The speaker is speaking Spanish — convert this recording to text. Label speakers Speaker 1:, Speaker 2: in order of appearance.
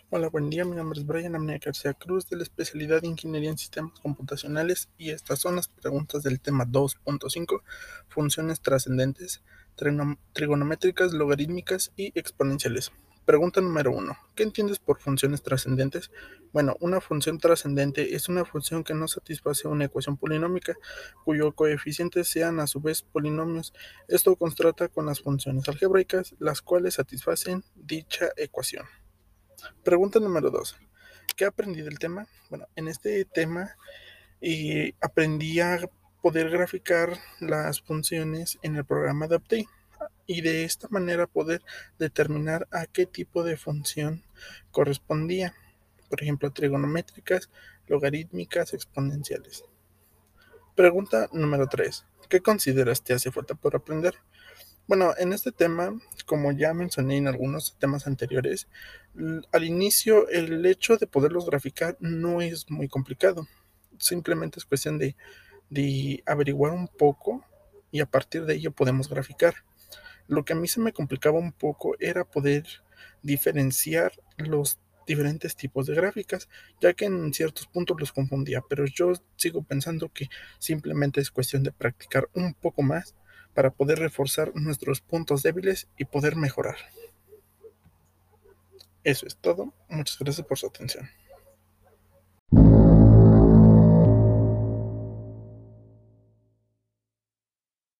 Speaker 1: Hola, buen día. Mi nombre es Brian Amnea García Cruz, de la especialidad de Ingeniería en Sistemas Computacionales, y estas son las preguntas del tema 2.5: funciones trascendentes, trigonométricas, logarítmicas y exponenciales. Pregunta número 1. ¿Qué entiendes por funciones trascendentes? Bueno, una función trascendente es una función que no satisface una ecuación polinómica, cuyos coeficientes sean a su vez polinomios. Esto contrasta con las funciones algebraicas, las cuales satisfacen dicha ecuación. Pregunta número 2. ¿Qué aprendí del tema? Bueno, en este tema aprendí a poder graficar las funciones en el programa de Optane y de esta manera poder determinar a qué tipo de función correspondía. Por ejemplo, trigonométricas, logarítmicas, exponenciales. Pregunta número 3. ¿Qué consideras te hace falta por aprender? Bueno, en este tema, como ya mencioné en algunos temas anteriores, al inicio el hecho de poderlos graficar no es muy complicado. Simplemente es cuestión de averiguar un poco y a partir de ello podemos graficar. Lo que a mí se me complicaba un poco era poder diferenciar los diferentes tipos de gráficas, ya que en ciertos puntos los confundía, pero yo sigo pensando que simplemente es cuestión de practicar un poco más para poder reforzar nuestros puntos débiles y poder mejorar. Eso es todo. Muchas gracias por su atención.